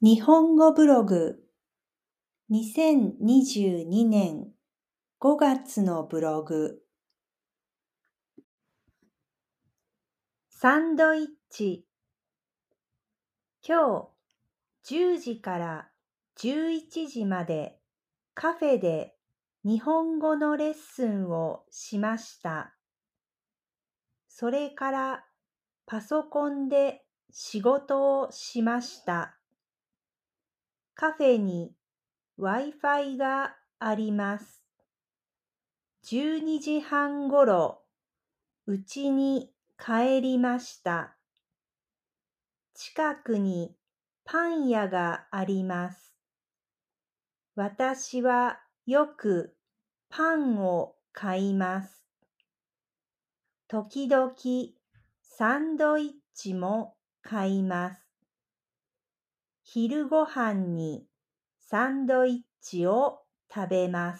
日本語ブログ2022年5月のブログサンドイッチ今日10時から11時までカフェで日本語のレッスンをしました。それからパソコンで仕事をしました。カフェに Wi-Fi があります。12時半ごろ、家に帰りました。近くにパン屋があります。私はよくパンを買います。時々サンドイッチも買います。昼ごはんにサンドイッチを食べます。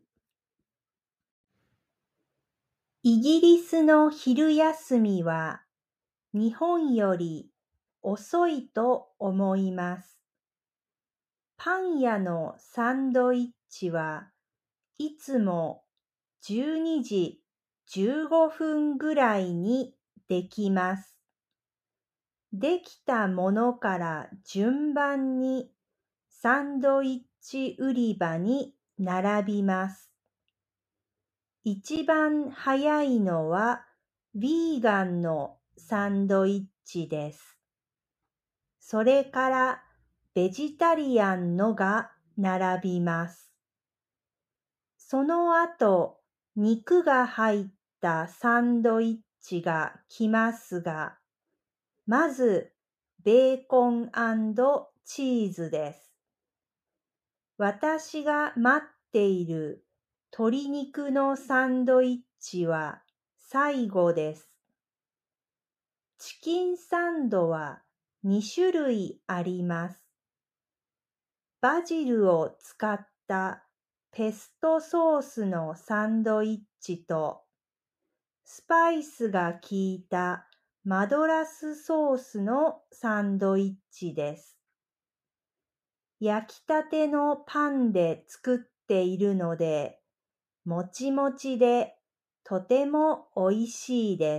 イギリスの昼休みは日本より遅いと思います。パン屋のサンドイッチはいつも12時15分ぐらいにできます。できたものから順番にサンドイッチ売り場に並びます。一番早いのはヴィーガンのサンドイッチです。それからベジタリアンのが並びます。その後、肉が入ったサンドイッチが来ますが、まずベーコン&チーズです。私が待っている鶏肉のサンドイッチは最後です。チキンサンドは2種類あります。バジルを使ったペストソースのサンドイッチと、スパイスが効いたマドラスソースのサンドイッチです。焼きたてのパンで作っているので、もちもちでとてもおいしいです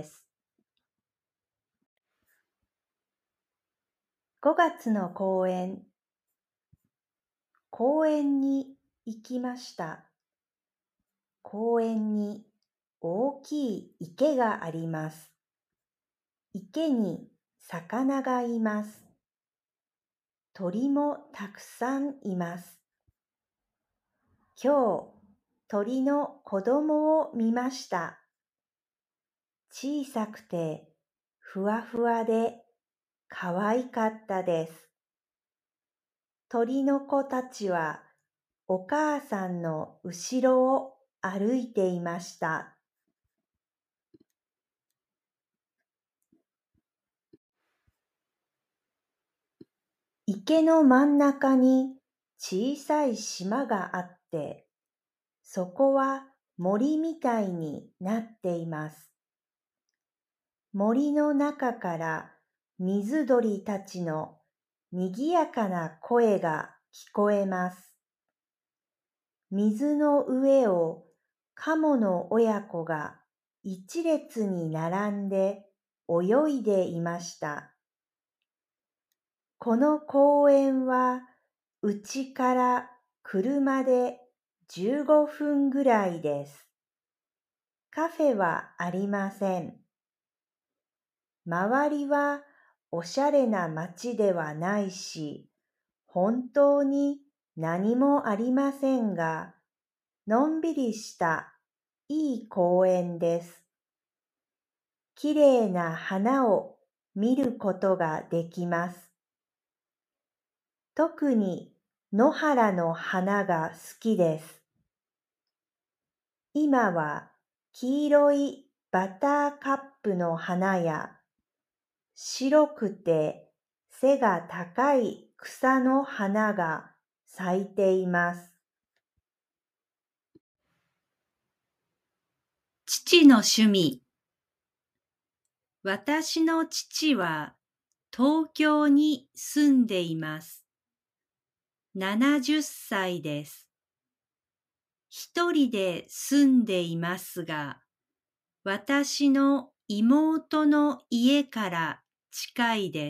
。5月の公園に行きました。公園に大きい池があります。池に魚がいます。鳥もたくさんいます。今日、鳥の子供を見ました。小さくてふわふわでかわいかったです。鳥の子たちはお母さんの後ろを歩いていました。池の真ん中に小さい島があって、そこは森みたいになっています。森の中から水鳥たちのにぎやかな声が聞こえます。水の上をカモの親子が一列に並んで泳いでいました。この公園はうちから車で15分ぐらいです。カフェはありません。周りはおしゃれな街ではないし、本当に何もありませんが、のんびりしたいい公園です。きれいな花を見ることができます。特に野原の花が好きです。今は黄色いバターカップの花や白くて背が高い草の花が咲いています。父の趣味。私の父は東京に住んでいます。 70歳です。一人で住んでいますが、私の妹の家から近いです。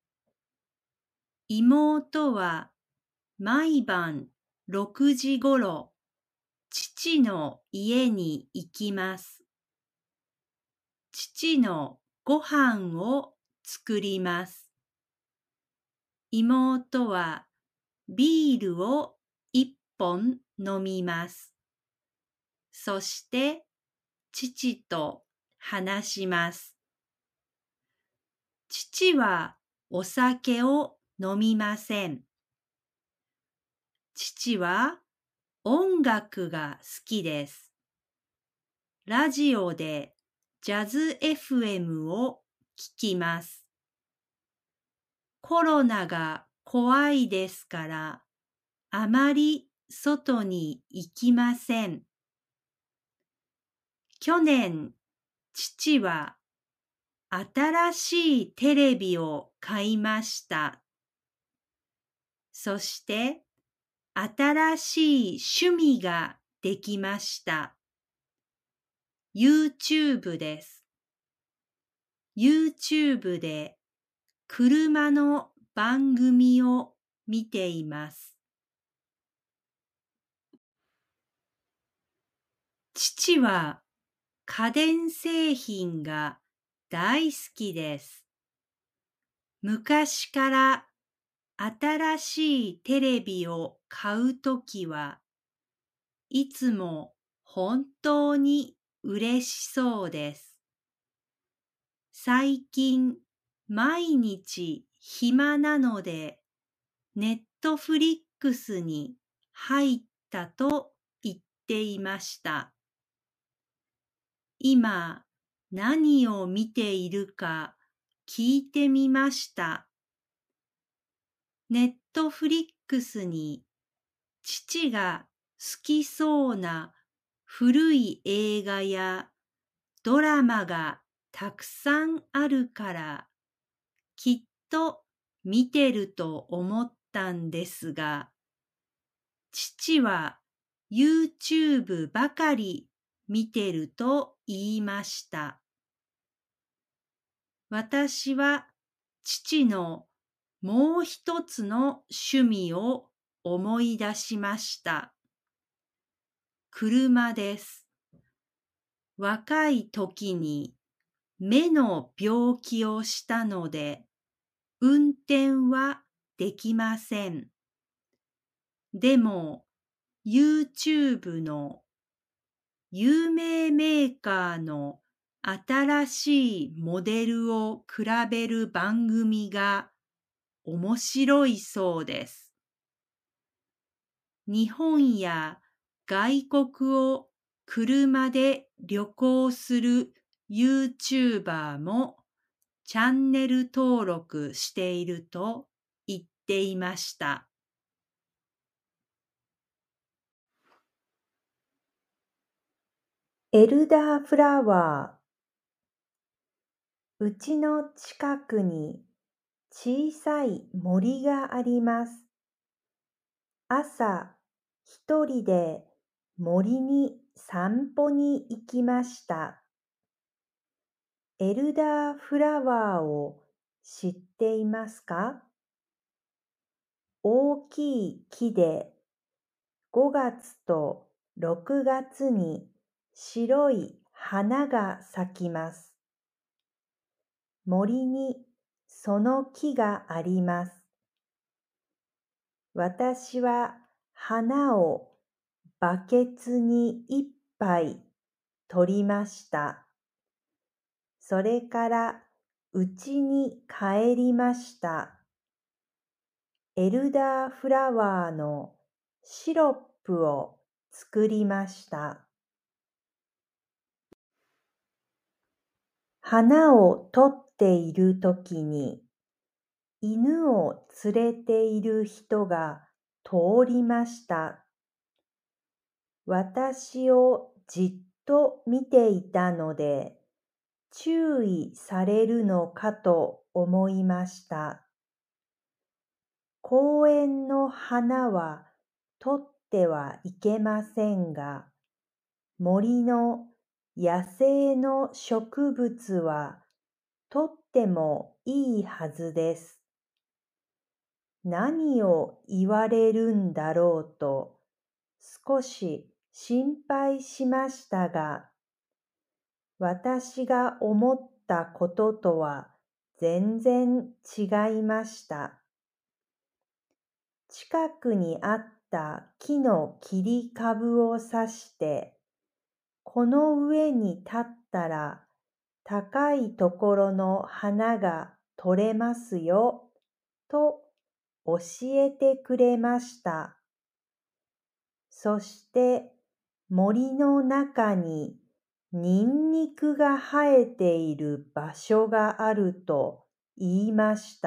妹は毎晩6時ごろ、父の家に行きます。父のご飯を作ります。妹はビールを1本飲みます。そして父と話します。父はお酒を飲みません。父は音楽が好きです。ラジオでジャズ FM を聞きます。コロナが怖いですから、あまり外に行きません。去年、父は新しいテレビを買いました。そして新しい趣味ができました。YouTube です。YouTube で車の番組を見ています。父は家電製品が大好きです。昔から新しいテレビを買うときはいつも本当に嬉しそうです。最近毎日暇なのでネットフリックスに入ったと言っていました。今何を見ているか聞いてみました。ネットフリックスに父が好きそうな古い映画やドラマがたくさんあるからきっと見てると思ったんですが、父は YouTube ばかり見てると言いました。私は父のもう一つの趣味を思い出しました。車です。若い時に目の病気をしたので、運転はできません。でも、YouTube の有名メーカーの新しいモデルを比べる番組が面白いそうです。日本や外国を車で旅行する YouTuber もチャンネル登録していると言っていました。エルダーフラワー。うちの近くに小さい森があります。朝、一人で森に散歩に行きました。エルダーフラワーを知っていますか？大きい木で5月と6月に白い花が咲きます。森にその木があります。私は花をバケツに一杯取りました。それから家に帰りました。エルダーフラワーのシロップを作りました。花を取っているときに犬を連れている人が通りました。私をじっと見ていたので、注意されるのかと思いました。 公園の花は取ってはいけませんが、森の野生の植物は取ってもいいはずです。何を言われるんだろうと少し心配しましたが、私が思ったこととは全然違いました。近くにあった木の切り株を刺して、この上に立ったら高いところの花が取れますよ、と教えてくれました。そして森の中にニンニクが生えている場所があると言いました。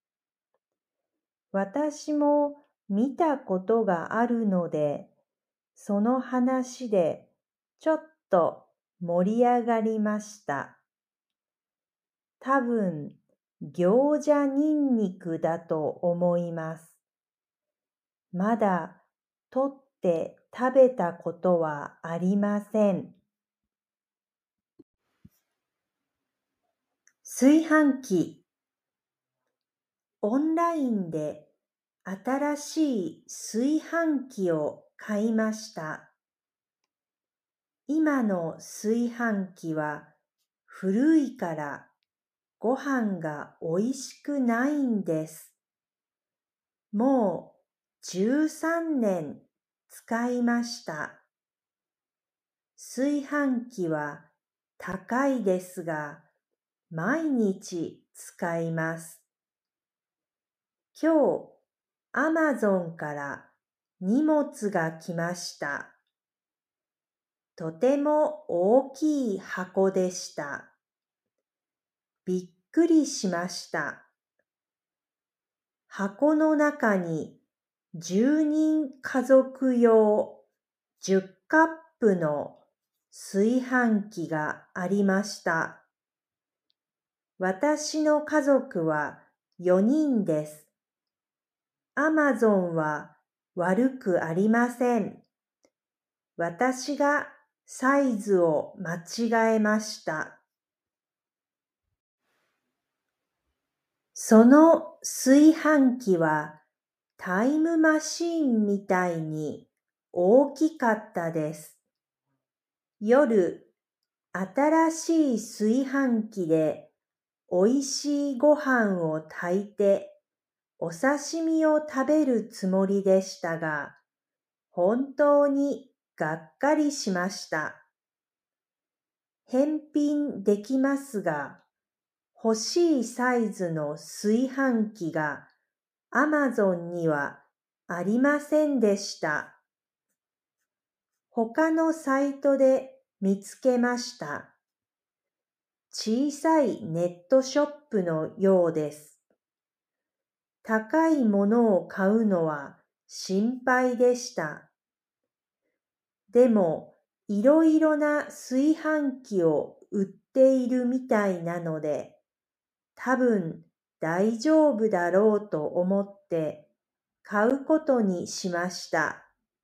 私も見たことがあるので、その話でちょっと盛り上がりました。多分、行者ニンニクだと思います。まだ取って食べたことはありません。炊飯器。オンラインで新しい炊飯器を買いました。今の炊飯器は古いからご飯がおいしくないんです。もう13年使いました。炊飯器は高いですが、毎日使います。今日、アマゾンから荷物が来ました。とても大きい箱でした。びっくりしました。箱の中に10人家族用10カップの炊飯器がありました。私の家族は4人です。アマゾンは悪くありません。私がサイズを間違えました。その炊飯器はタイムマシーンみたいに大きかったです。夜、新しい炊飯器でおいしいご飯を炊いてお刺身を食べるつもりでしたが、本当にがっかりしました。返品できますが、欲しいサイズの炊飯器が Amazon にはありませんでした。他のサイトで見つけました。小さいネットショップのようです。高いものを買うのは心配でした。でも、いろいろな炊飯器を売っているみたいなので、多分大丈夫だろうと思って買うことにしました。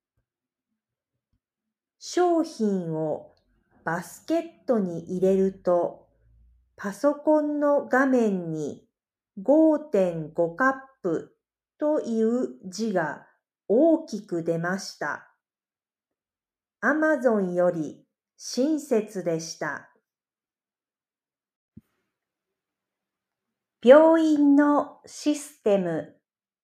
商品をバスケットに入れると、パソコンの画面に 5.5 カップという字が大きく出ました。Amazon より親切でした。病院のシステム。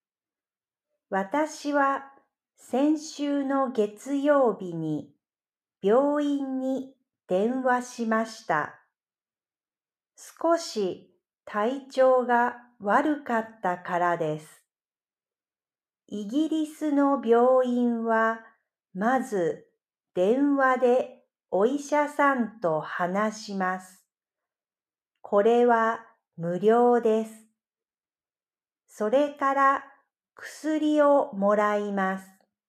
私は先週の月曜日に病院に電話しました。少し体調が悪かったからです。イギリスの病院はまず電話でお医者さんと話します。これは無料です。それから薬をもらいます。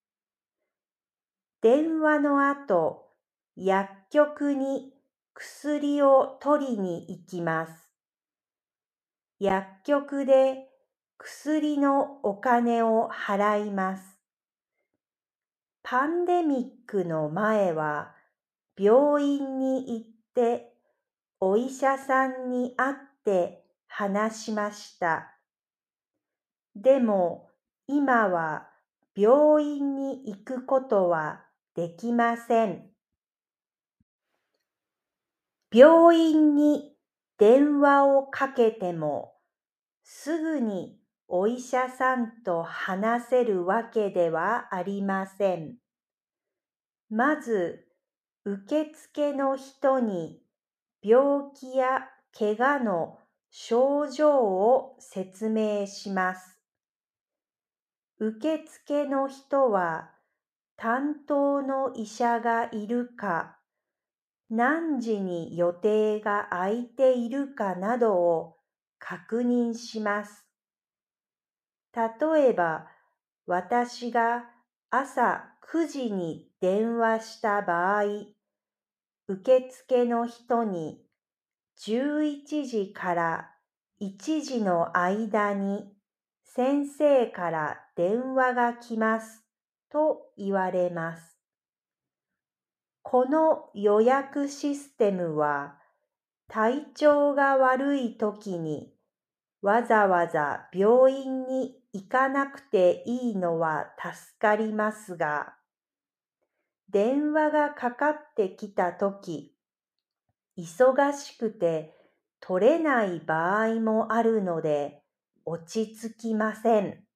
電話の後、薬局に薬を取りに行きます。薬局で薬のお金を払います。パンデミックの前は病院に行ってお医者さんに会って話しました。でも今は病院に行くことはできません。病院に電話をかけてもすぐにお医者さんと話せるわけではありません。まず、受付の人に病気や怪我の症状を説明します。受付の人は担当の医者がいるか、何時に予定が空いているかなどを確認します。例えば、私が朝9時に電話した場合、受付の人に11時から1時の間に先生から電話が来ますと言われます。この予約システムは体調が悪い時にわざわざ病院に行かなくていいのは助かりますが、電話がかかってきたとき、忙しくて取れない場合もあるので落ち着きません。